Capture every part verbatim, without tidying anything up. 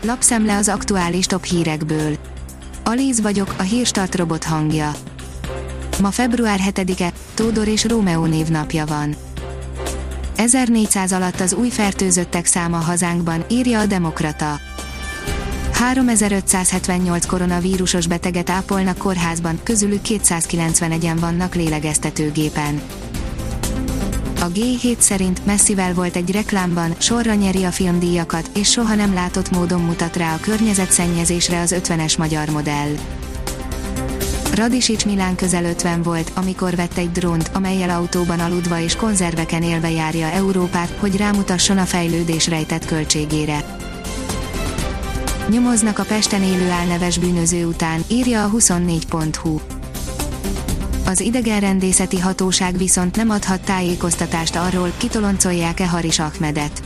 Lapszemle az aktuális top hírekből. Alíz vagyok, a Hírstart robot hangja. Ma február hetedike, Tódor és Rómeó névnapja van. ezernégyszáz alatt az új fertőzöttek száma hazánkban, írja a Demokrata. háromezer-ötszázhetvennyolc koronavírusos beteget ápolnak kórházban, közülük kétszázkilencvenegyen vannak lélegeztetőgépen. A gé hét szerint messzivel volt egy reklámban, sorra nyeri a filmdíjakat, és soha nem látott módon mutat rá a környezetszennyezésre az ötvenes magyar modell. Radisics Milán közel ötven volt, amikor vett egy drónt, amellyel autóban aludva és konzerveken élve járja Európát, hogy rámutasson a fejlődés rejtett költségére. Nyomoznak a Pesten élő álneves bűnöző után, írja a huszonnégy pont hu. Az idegenrendészeti hatóság viszont nem adhat tájékoztatást arról, kitoloncolják-e Haris Ahmedet.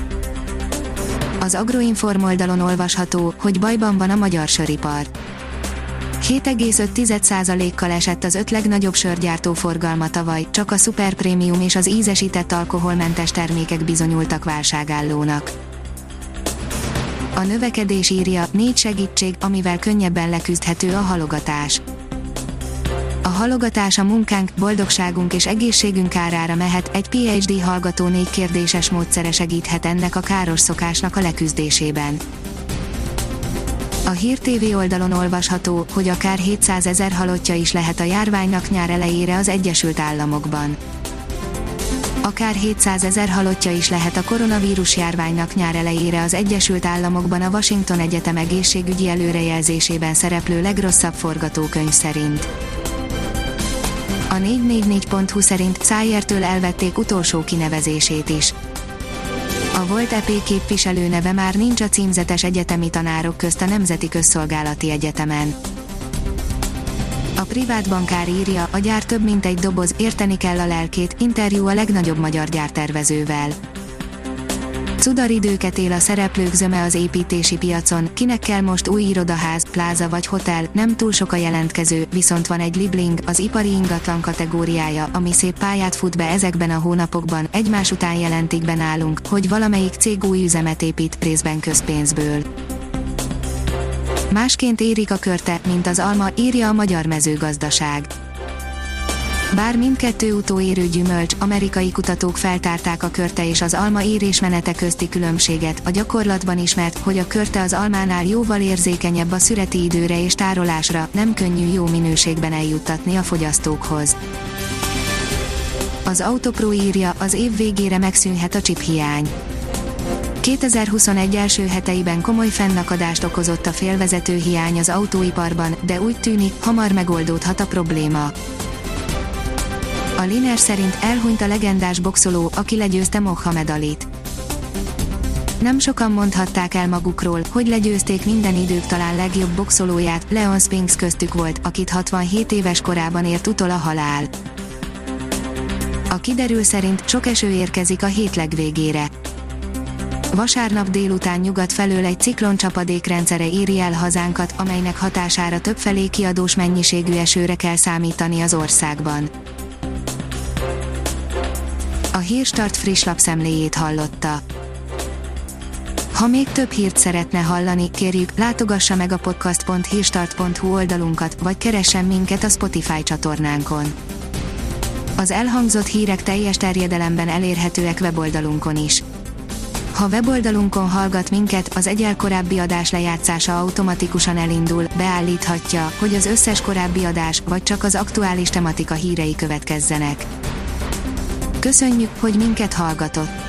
Az Agroinform oldalon olvasható, hogy bajban van a magyar söripar. hét egész öt százalékkal esett az öt legnagyobb sörgyártó forgalma tavaly, csak a szuperprémium és az ízesített alkoholmentes termékek bizonyultak válságállónak. A növekedés írja, négy segítség, amivel könnyebben leküzdhető a halogatás. A halogatás a munkánk, boldogságunk és egészségünk árára mehet, egy pé há dé hallgató négy kérdéses módszere segíthet ennek a káros szokásnak a leküzdésében. A Hír té vé oldalon olvasható, hogy akár hétszázezer halottja is lehet a járványnak nyár elejére az Egyesült Államokban. Akár hétszázezer halottja is lehet a koronavírus járványnak nyár elejére az Egyesült Államokban a Washington Egyetem egészségügyi előrejelzésében szereplő legrosszabb forgatókönyv szerint. A négy négy négy pont hu szerint Szájertől elvették utolsó kinevezését is. A volt é pé képviselő neve már nincs a címzetes egyetemi tanárok közt a Nemzeti Közszolgálati Egyetemen. A privát bankár írja, a gyár több mint egy doboz, érteni kell a lelkét, interjú a legnagyobb magyar gyártervezővel. Cudaridőket él a szereplők zöme az építési piacon, kinek kell most új irodaház, pláza vagy hotel, nem túl sok a jelentkező, viszont van egy libling, az ipari ingatlan kategóriája, ami szép pályát fut be ezekben a hónapokban, egymás után jelentik be nálunk, hogy valamelyik cég új üzemet épít, részben közpénzből. Másként érik a körte, mint az alma, írja a Magyar Mezőgazdaság. Bár mindkettő utóérő gyümölcs, amerikai kutatók feltárták a körte és az alma érésmenete közti különbséget, a gyakorlatban ismert, hogy a körte az almánál jóval érzékenyebb a szüreti időre és tárolásra, nem könnyű jó minőségben eljuttatni a fogyasztókhoz. Az Autopro írja, az év végére megszűnhet a csiphiány. kétezer-huszonegy első heteiben komoly fennakadást okozott a félvezető hiány az autóiparban, de úgy tűnik, hamar megoldódhat a probléma. A Liner szerint elhunyt a legendás boxoló, aki legyőzte Mohamed Alit. Nem sokan mondhatták el magukról, hogy legyőzték minden idők talán legjobb boxolóját, Leon Spinks köztük volt, akit hatvanhét éves korában ért utol a halál. A kiderül szerint sok eső érkezik a hét legvégére. Vasárnap délután nyugat felől egy ciklon csapadékrendszere éri el hazánkat, amelynek hatására többfelé kiadós mennyiségű esőre kell számítani az országban. A Hírstart friss lapszemléjét hallotta. Ha még több hírt szeretne hallani, kérjük, látogassa meg a podcast pont hírstart pont hu oldalunkat, vagy keressen minket a Spotify csatornánkon. Az elhangzott hírek teljes terjedelemben elérhetőek weboldalunkon is. Ha weboldalunkon hallgat minket, az egyel korábbi adás lejátszása automatikusan elindul, beállíthatja, hogy az összes korábbi adás, vagy csak az aktuális tematika hírei következzenek. Köszönjük, hogy minket hallgatott!